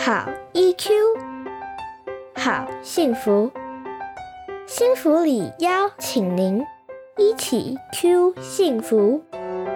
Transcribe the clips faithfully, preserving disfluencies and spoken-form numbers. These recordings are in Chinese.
好 E Q， 好幸福，幸福里邀请您一起 Q 幸福。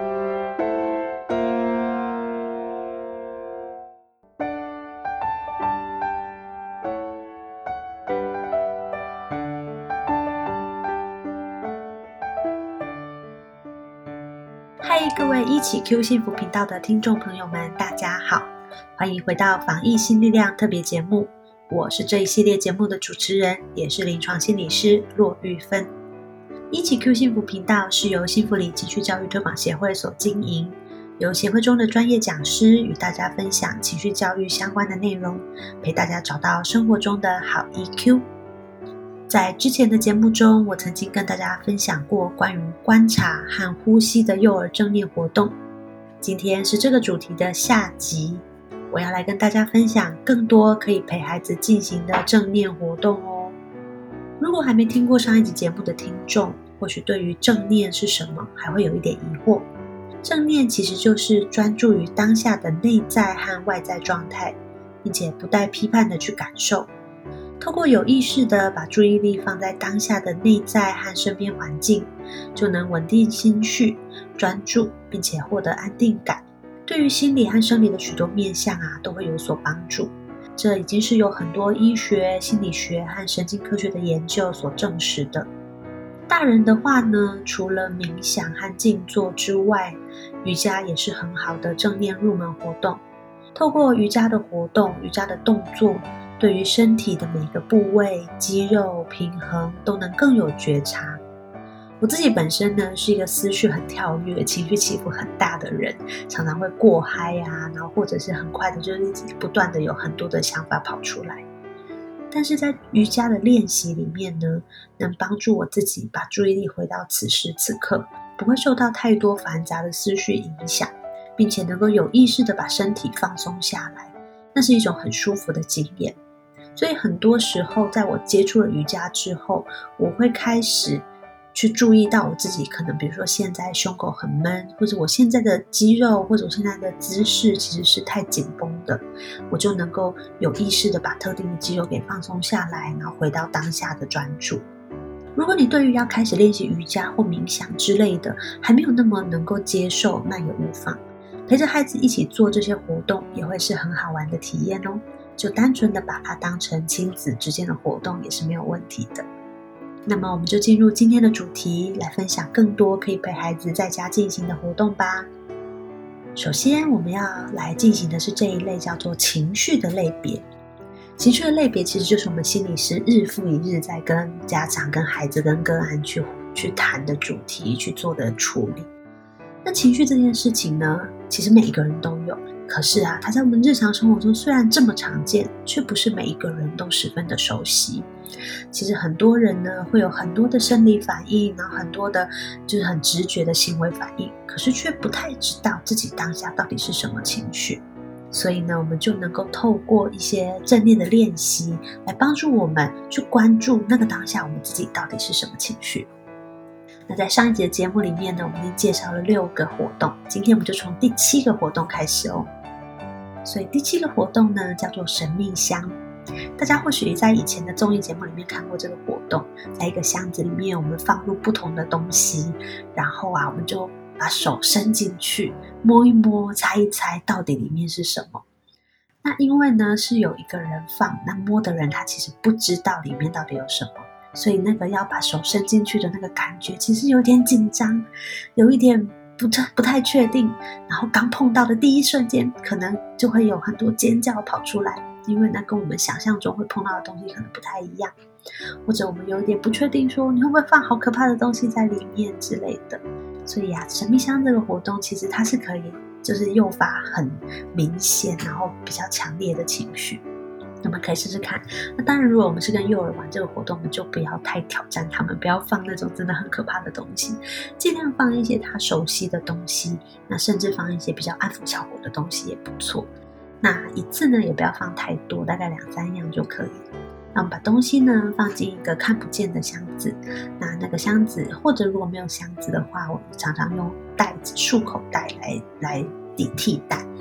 嗨，各位一起 Q 幸福频道的听众朋友们，大家好，欢迎回到防疫新力量特别节目。我是这一系列节目的主持人，也是临床心理师骆玉芬。一起 Q 幸福频道是由幸福里情绪教育推广协会所经营，由协会中的专业讲师与大家分享情绪教育相关的内容，陪大家找到生活中的好 E Q。在之前的节目中，我曾经跟大家分享过关于观察和呼吸的幼儿正念活动。今天是这个主题的下集，我要来跟大家分享更多可以陪孩子进行的正念活动哦。如果还没听过上一集节目的听众，或许对于正念是什么还会有一点疑惑。正念其实就是专注于当下的内在和外在状态，并且不带批判的去感受。透过有意识的把注意力放在当下的内在和身边环境，就能稳定心绪，专注，并且获得安定感。对于心理和生理的许多面向啊，都会有所帮助。这已经是有很多医学、心理学和神经科学的研究所证实的。大人的话呢，除了冥想和静坐之外，瑜伽也是很好的正念入门活动。透过瑜伽的活动、瑜伽的动作，对于身体的每个部位、肌肉、平衡都能更有觉察。我自己本身呢，是一个思绪很跳跃、情绪起伏很大的人，常常会过嗨啊，然后或者是很快的，就是不断的有很多的想法跑出来。但是在瑜伽的练习里面呢，能帮助我自己把注意力回到此时此刻，不会受到太多繁杂的思绪影响，并且能够有意识的把身体放松下来，那是一种很舒服的经验。所以很多时候在我接触了瑜伽之后，我会开始去注意到我自己可能比如说现在胸口很闷，或者我现在的肌肉或者我现在的姿势其实是太紧绷的，我就能够有意识的把特定的肌肉给放松下来，然后回到当下的专注。如果你对于要开始练习瑜伽或冥想之类的还没有那么能够接受，那也无妨，陪着孩子一起做这些活动也会是很好玩的体验哦。就单纯的把它当成亲子之间的活动也是没有问题的。那么我们就进入今天的主题，来分享更多可以陪孩子在家进行的活动吧。首先我们要来进行的是这一类叫做情绪的类别。情绪的类别其实就是我们心理师日复一日在跟家长、跟孩子、跟个案去去谈的主题，去做的处理。那情绪这件事情呢，其实每一个人都有，可是啊，它在我们日常生活中虽然这么常见，却不是每一个人都十分的熟悉。其实很多人呢，会有很多的生理反应，然后很多的就是很直觉的行为反应，可是却不太知道自己当下到底是什么情绪。所以呢，我们就能够透过一些正念的练习，来帮助我们去关注那个当下我们自己到底是什么情绪。那在上一集的节目里面呢，我们已经介绍了六个活动，今天我们就从第七个活动开始哦。所以第七个活动呢，叫做神秘箱。大家或许在以前的综艺节目里面看过这个活动，在一个箱子里面我们放入不同的东西，然后啊，我们就把手伸进去摸一摸，猜一猜到底里面是什么。那因为呢是有一个人放，那摸的人他其实不知道里面到底有什么，所以那个要把手伸进去的那个感觉其实有点紧张，有一点不太不太确定，然后刚碰到的第一瞬间可能就会有很多尖叫跑出来，因为那跟我们想象中会碰到的东西可能不太一样，或者我们有点不确定说你会不会放好可怕的东西在里面之类的。所以啊，神秘箱这个活动其实它是可以就是诱发很明显然后比较强烈的情绪，我们可以试试看。那当然如果我们是跟幼儿玩这个活动，我们就不要太挑战他们，不要放那种真的很可怕的东西，尽量放一些他熟悉的东西，那甚至放一些比较安抚效果的东西也不错。那一次呢也不要放太多，大概两三样就可以了。那我们把东西呢放进一个看不见的箱子，那那个箱子或者如果没有箱子的话，我们常常用袋子束口袋来来替代，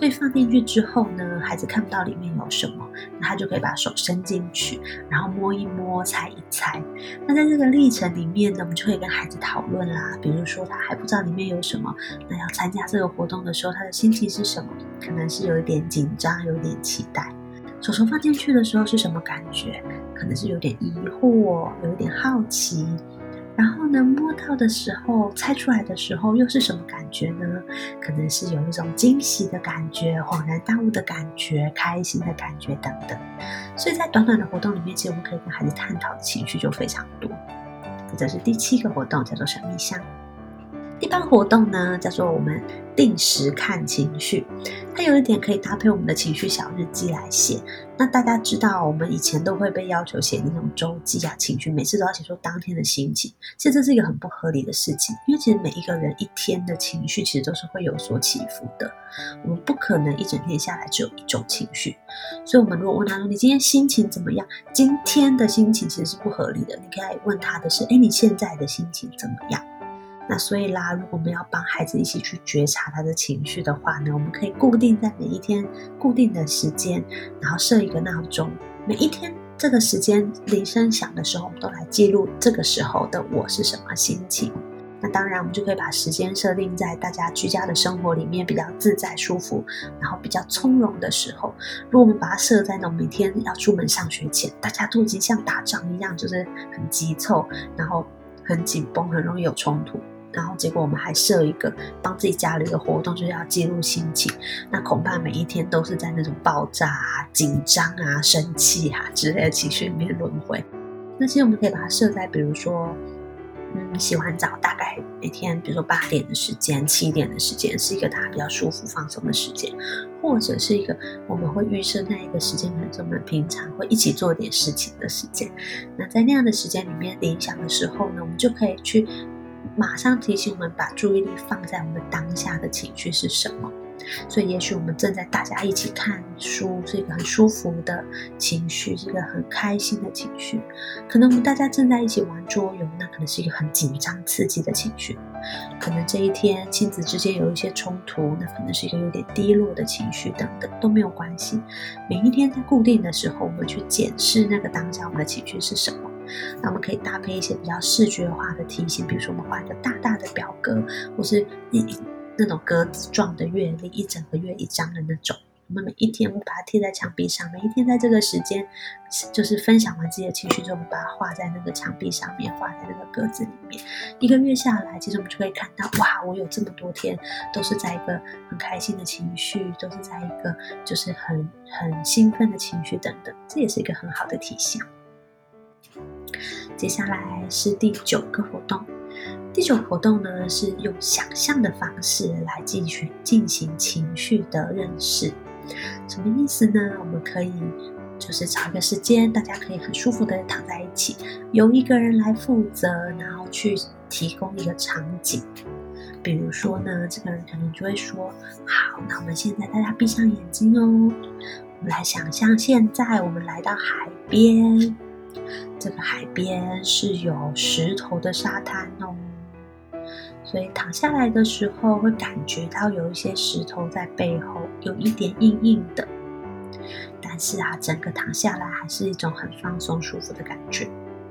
所以放进去之后呢，孩子看不到里面有什么，那他就可以把手伸进去，然后摸一摸，猜一猜。那在这个历程里面呢，我们就可以跟孩子讨论啦，比如说他还不知道里面有什么，那要参加这个活动的时候，他的心情是什么？可能是有一点紧张，有一点期待。手手放进去的时候是什么感觉？可能是有点疑惑，有一点好奇。然后呢，摸到的时候，猜出来的时候又是什么感觉呢？可能是有一种惊喜的感觉，恍然大悟的感觉，开心的感觉等等。所以在短短的活动里面，其实我们可以跟孩子探讨的情绪就非常多。这是第七个活动，叫做神秘箱。第八个活动呢，叫做我们定时看情绪，它有一点可以搭配我们的情绪小日记来写。那大家知道，我们以前都会被要求写那种周记啊，情绪每次都要写出当天的心情。其实这是一个很不合理的事情，因为其实每一个人一天的情绪其实都是会有所起伏的，我们不可能一整天下来只有一种情绪。所以我们如果问他说你今天心情怎么样，今天的心情其实是不合理的，你可以问他的是，哎，你现在的心情怎么样？那所以啦，如果我们要帮孩子一起去觉察他的情绪的话呢，我们可以固定在每一天固定的时间，然后设一个闹钟，每一天这个时间铃声响的时候，我们都来记录这个时候的我是什么心情。那当然我们就可以把时间设定在大家居家的生活里面比较自在舒服，然后比较从容的时候。如果我们把它设在那种每天要出门上学前，大家都已经像打仗一样，就是很急凑，然后很紧绷，很容易有冲突，然后结果我们还设一个帮自己加了一个活动，就是要记录心情，那恐怕每一天都是在那种爆炸啊、紧张啊、生气啊之类的情绪里面轮回。那其实我们可以把它设在比如说嗯，洗完澡大概每天比如说八点的时间、七点的时间是一个大家比较舒服放松的时间，或者是一个我们会预设那一个时间可能是我们平常会一起做点事情的时间。那在那样的时间里面铃响的时候呢，我们就可以去马上提醒我们把注意力放在我们当下的情绪是什么。所以也许我们正在大家一起看书，是一个很舒服的情绪，是一个很开心的情绪。可能我们大家正在一起玩桌游，那可能是一个很紧张刺激的情绪。可能这一天亲子之间有一些冲突，那可能是一个有点低落的情绪等等，都没有关系。每一天在固定的时候，我们去检视那个当下我们的情绪是什么。那我们可以搭配一些比较视觉化的提醒，比如说我们画一个大大的表格，或是那种格子状的月历，一整个月一张的那种。我们每一天会把它贴在墙壁上，每一天在这个时间就是分享完自己的情绪之后，我们把它画在那个墙壁上面，画在那个格子里面。一个月下来，其实我们就可以看到，哇，我有这么多天都是在一个很开心的情绪，都是在一个就是很很兴奋的情绪等等，这也是一个很好的提醒。接下来是第九个活动。第九活动呢，是用想象的方式来进行进行情绪的认识。什么意思呢？我们可以就是找一个时间，大家可以很舒服的躺在一起，由一个人来负责，然后去提供一个场景。比如说呢，这个人可能就会说，好，那我们现在大家闭上眼睛哦，我们来想象现在我们来到海边，这个海边是有石头的沙滩哦，所以躺下来的时候会感觉到有一些石头在背后，有一点硬硬的，但是啊，整个躺下来还是一种很放松舒服的感觉。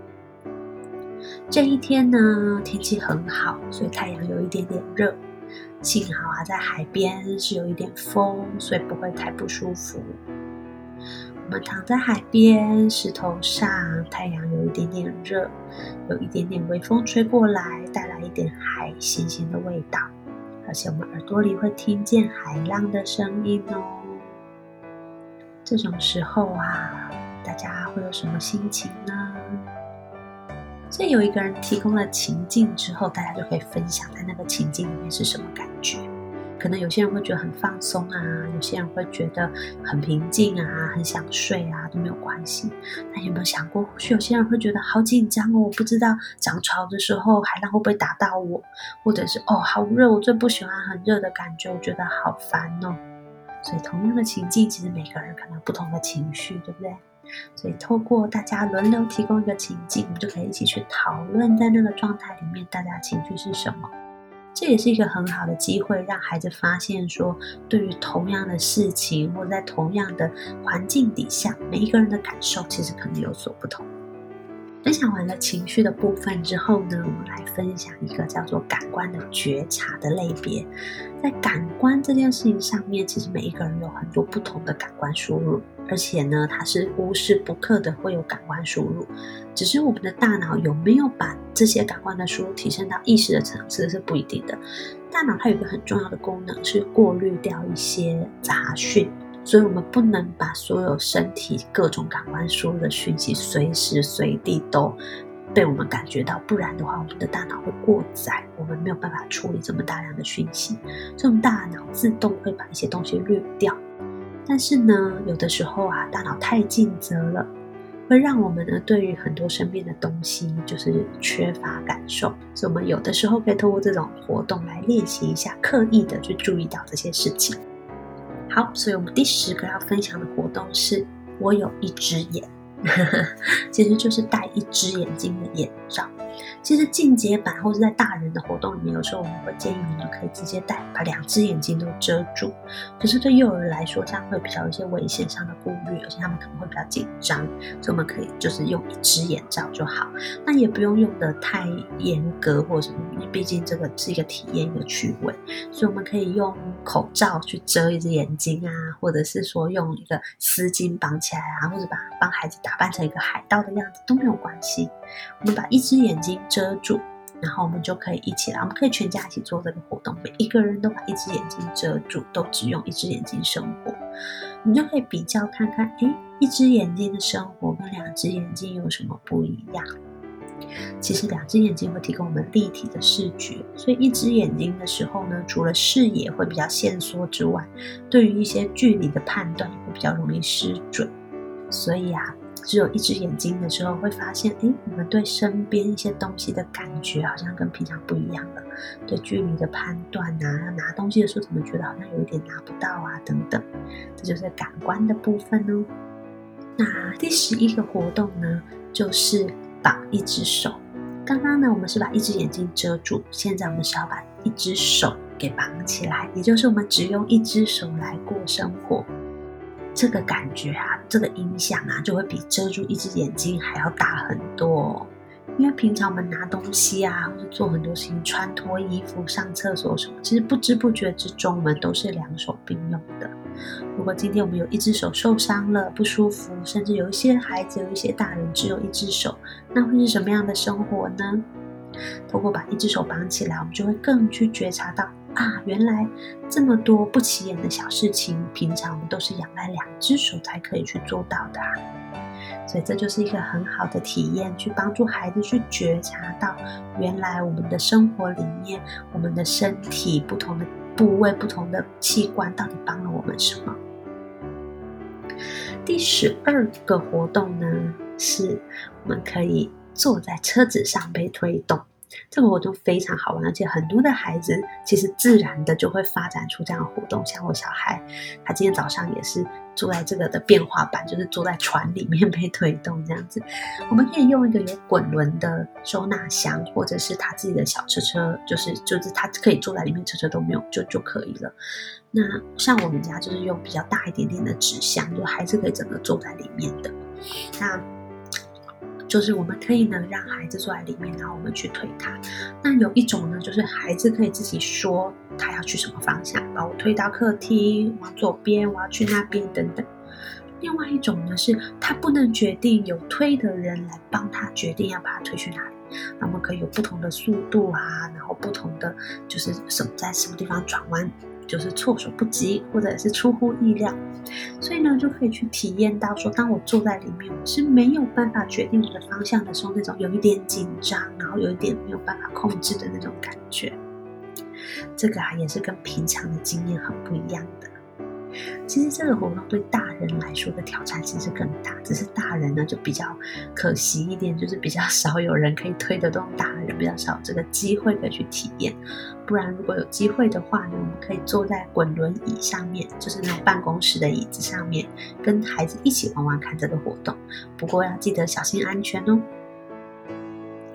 这一天呢，天气很好，所以太阳有一点点热，幸好啊，在海边是有一点风，所以不会太不舒服。我们躺在海边石头上，太阳有一点点热，有一点点微风吹过来，带来一点海咸咸的味道，而且我们耳朵里会听见海浪的声音哦。这种时候啊，大家会有什么心情呢？所以有一个人提供了情境之后，大家就可以分享在那个情境里面是什么感觉。可能有些人会觉得很放松啊，有些人会觉得很平静啊，很想睡啊，都没有关系。那有没有想过，或许有些人会觉得好紧张哦，我不知道涨潮的时候海浪会不会打到我，或者是哦好热，我最不喜欢很热的感觉，我觉得好烦哦。所以同样的情境，其实每个人可能有不同的情绪，对不对？所以透过大家轮流提供一个情境，我们就可以一起去讨论在那个状态里面大家情绪是什么。 这也是一个很好的机会，让孩子发现说，对于同样的事情或者在同样的环境底下，每一个人的感受其实可能有所不同。分享完了情绪的部分之后呢，我们来分享一个叫做感官的觉察的类别。在感官这件事情上面，其实每一个人有很多不同的感官输入，而且呢，它是无时不刻的会有感官输入，只是我们的大脑有没有把这些感官的输入提升到意识的层次是不一定的。大脑它有一个很重要的功能是过滤掉一些杂讯，所以我们不能把所有身体各种感官输入的讯息随时随地都被我们感觉到，不然的话我们的大脑会过载，我们没有办法处理这么大量的讯息，所以我们大脑自动会把一些东西滤掉。但是呢，有的时候啊，大脑太尽责了，会让我们呢对于很多身边的东西就是缺乏感受，所以我们有的时候可以透过这种活动来练习一下，刻意的去注意到这些事情。好，所以我们第十个要分享的活动是我有一只眼其实就是戴一只眼睛的眼罩。其实进阶版或者在大人的活动里面，有时候我们会建议你们可以直接戴，把两只眼睛都遮住。可是对幼儿来说，这样会比较有一些危险上的顾虑，而且他们可能会比较紧张，所以我们可以就是用一只眼罩就好。那也不用用的太严格或者什么，因为毕竟这个是一个体验，一个趣味，所以我们可以用口罩去遮一只眼睛啊，或者是说用一个丝巾绑起来啊，或者把帮孩子打扮成一个海盗的样子都没有关系。我们把一只眼睛遮住，然后我们就可以一起来，我们可以全家一起做这个活动，每一个人都把一只眼睛遮住，都只用一只眼睛生活。你就可以比较看看，诶，一只眼睛的生活跟两只眼睛有什么不一样。其实两只眼睛会提供我们立体的视觉，所以一只眼睛的时候呢，除了视野会比较限缩之外，对于一些距离的判断也会比较容易失准。所以啊，只有一只眼睛的时候，会发现，诶，我们对身边一些东西的感觉好像跟平常不一样了。对距离的判断啊，要拿东西的时候怎么觉得好像有一点拿不到啊，等等，这就是感官的部分哦。那第十一个活动呢，就是绑一只手。刚刚呢，我们是把一只眼睛遮住，现在我们是要把一只手给绑起来，也就是我们只用一只手来过生活。这个感觉啊，这个影响啊，就会比遮住一只眼睛还要大很多哦。因为平常我们拿东西啊，或者做很多事情，穿脱衣服、上厕所什么，其实不知不觉之中，我们都是两手并用的。如果今天我们有一只手受伤了，不舒服，甚至有一些孩子、有一些大人只有一只手，那会是什么样的生活呢？透过把一只手绑起来，我们就会更去觉察到啊，原来这么多不起眼的小事情，平常我们都是仰赖两只手才可以去做到的啊。所以这就是一个很好的体验，去帮助孩子去觉察到，原来我们的生活里面，我们的身体不同的部位、不同的器官到底帮了我们什么。第十二个活动呢，是我们可以坐在车子上被推动。这个活动非常好玩，而且很多的孩子其实自然的就会发展出这样的活动。像我小孩，他今天早上也是坐在这个的变化版，就是坐在船里面被推动这样子。我们可以用一个有滚轮的收纳箱，或者是他自己的小车车，就是就是他可以坐在里面，车车都没有就就可以了。那像我们家就是用比较大一点点的纸箱，就孩子可以整个坐在里面的。那就是我们可以呢让孩子坐在里面，然后我们去推他。那有一种呢，就是孩子可以自己说他要去什么方向，把我推到客厅，往左边，我要去那边等等。另外一种呢，是他不能决定，有推的人来帮他决定要把他推去哪里。那我们可以有不同的速度啊，然后不同的就是什么在什么地方转弯，就是措手不及，或者是出乎意料。所以呢，就可以去体验到说，当我坐在里面，我是没有办法决定我的方向的时候，那种有一点紧张，然后有一点没有办法控制的那种感觉。这个啊，也是跟平常的经验很不一样的。其实这个活动对大人来说的挑战其实更大，只是大人呢就比较可惜一点，就是比较少有人可以推得动大人，比较少这个机会可以去体验。不然如果有机会的话呢，我们可以坐在滚轮椅上面，就是那种办公室的椅子上面，跟孩子一起玩玩看这个活动。不过要记得小心安全哦。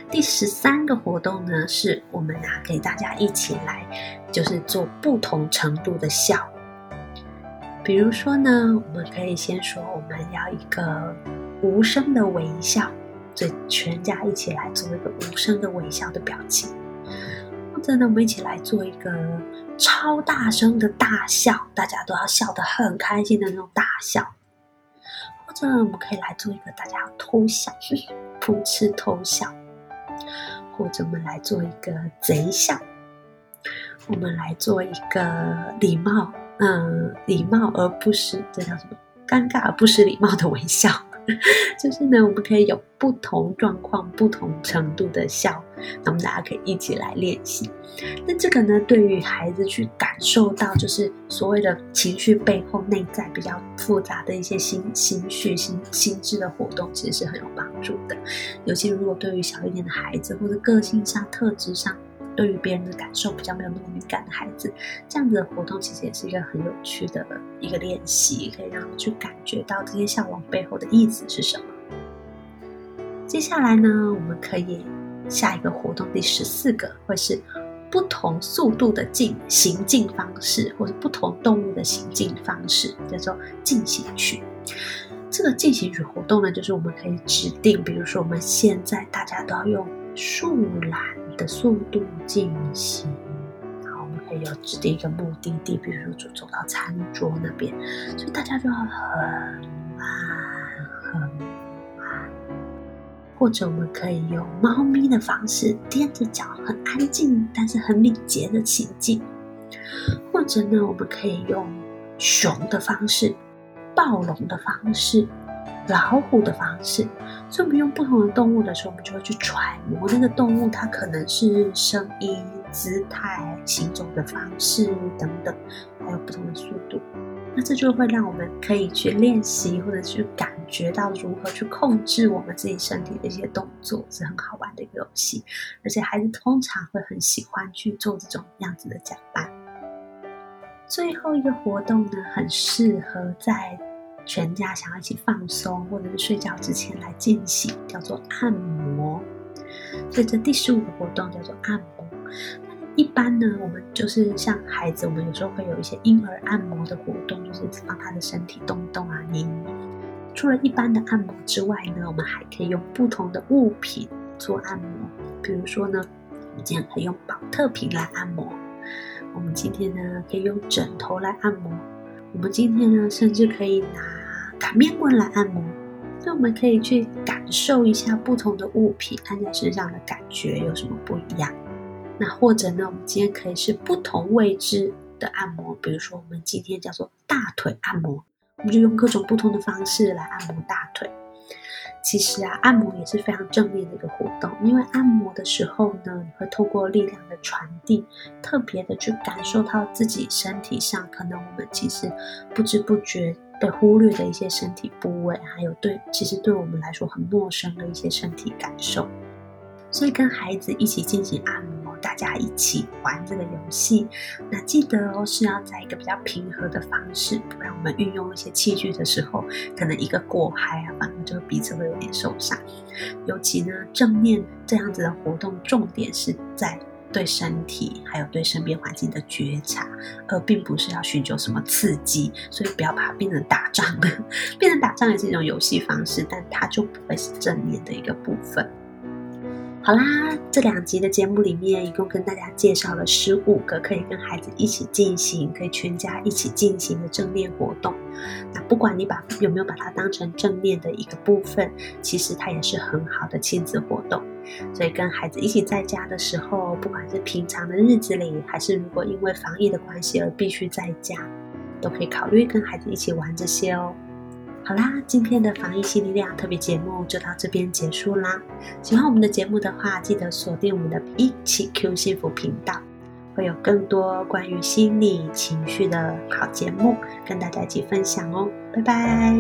第十三个活动呢，是我们啊给大家一起来，就是做不同程度的笑。比如说呢，我们可以先说我们要一个无声的微笑，所以全家一起来做一个无声的微笑的表情。或者呢，我们一起来做一个超大声的大笑，大家都要笑得很开心的那种大笑。或者我们可以来做一个大家要偷笑，噗嗤偷笑。或者我们来做一个贼笑，我们来做一个礼貌，嗯，礼貌而不失，这叫什么？尴尬而不失礼貌的微笑。就是呢，我们可以有不同状况、不同程度的笑，那我们大家可以一起来练习。那这个呢，对于孩子去感受到，就是所谓的情绪背后内在比较复杂的一些心心绪、心心智的活动，其实是很有帮助的。尤其如果对于小一点的孩子，或者个性上、特质上，对于别人的感受比较没有那么敏感的孩子，这样子的活动其实也是一个很有趣的一个练习，可以让他们去感觉到这些笑容背后的意思是什么。接下来呢，我们可以下一个活动第十四个会是不同速度的进行进方式，或者不同动物的行进方式，叫做进行曲。这个进行曲活动呢，就是我们可以指定，比如说我们现在大家都要用树懒的速度进行，然后我们可以有指定一个目的地，比如说就走到餐桌那边，所以大家就要很慢很慢。或者我们可以用猫咪的方式，踮着脚很安静但是很敏捷的行进。或者呢，我们可以用熊的方式、暴龙的方式、老虎的方式。所以我们用不同的动物的时候，我们就会去揣摩那个动物它可能是声音、姿态、行走的方式等等，还有不同的速度。那这就会让我们可以去练习，或者去感觉到如何去控制我们自己身体的一些动作，是很好玩的一个游戏。而且孩子通常会很喜欢去做这种样子的假扮。最后一个活动呢，很适合在全家想要一起放松或者是睡觉之前来进行，叫做按摩。所以这第十五个活动叫做按摩。一般呢，我们就是像孩子，我们有时候会有一些婴儿按摩的活动，就是帮他的身体动动啊、捏捏。除了一般的按摩之外呢，我们还可以用不同的物品做按摩。比如说呢，我们今天可以用保特瓶来按摩，我们今天呢可以用枕头来按摩，我们今天呢甚至可以拿擀面棍来按摩。所以我们可以去感受一下不同的物品按在身上的感觉有什么不一样。那或者呢，我们今天可以是不同位置的按摩，比如说我们今天叫做大腿按摩，我们就用各种不同的方式来按摩大腿。其实啊，按摩也是非常正面的一个活动，因为按摩的时候呢，你会透过力量的传递，特别的去感受到自己身体上可能我们其实不知不觉被忽略的一些身体部位，还有对其实对我们来说很陌生的一些身体感受。所以跟孩子一起进行按摩，大家一起玩这个游戏，那记得哦，是要在一个比较平和的方式，不然我们运用一些器具的时候，可能一个过嗨啊，反而就彼此会有点受伤。尤其呢，正面这样子的活动，重点是在对身体还有对身边环境的觉察，而并不是要寻求什么刺激，所以不要把它变成打仗。变成打仗也是一种游戏方式，但它就不会是正面的一个部分。好啦，这两集的节目里面一共跟大家介绍了十五个可以跟孩子一起进行，可以全家一起进行的正念活动。那不管你把有没有把它当成正念的一个部分，其实它也是很好的亲子活动。所以跟孩子一起在家的时候，不管是平常的日子里，还是如果因为防疫的关系而必须在家，都可以考虑跟孩子一起玩这些哦。好啦，今天的防疫新力量特别节目就到这边结束啦。喜欢我们的节目的话，记得锁定我们的一起 Q 幸福频道，会有更多关于心理情绪的好节目跟大家一起分享哦。拜拜。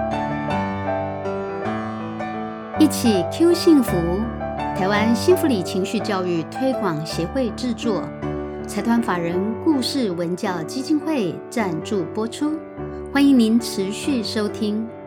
一起 Q 幸福，台湾幸福里情绪教育推广协会制作，财团法人故事文教基金会赞助播出。欢迎您持续收听。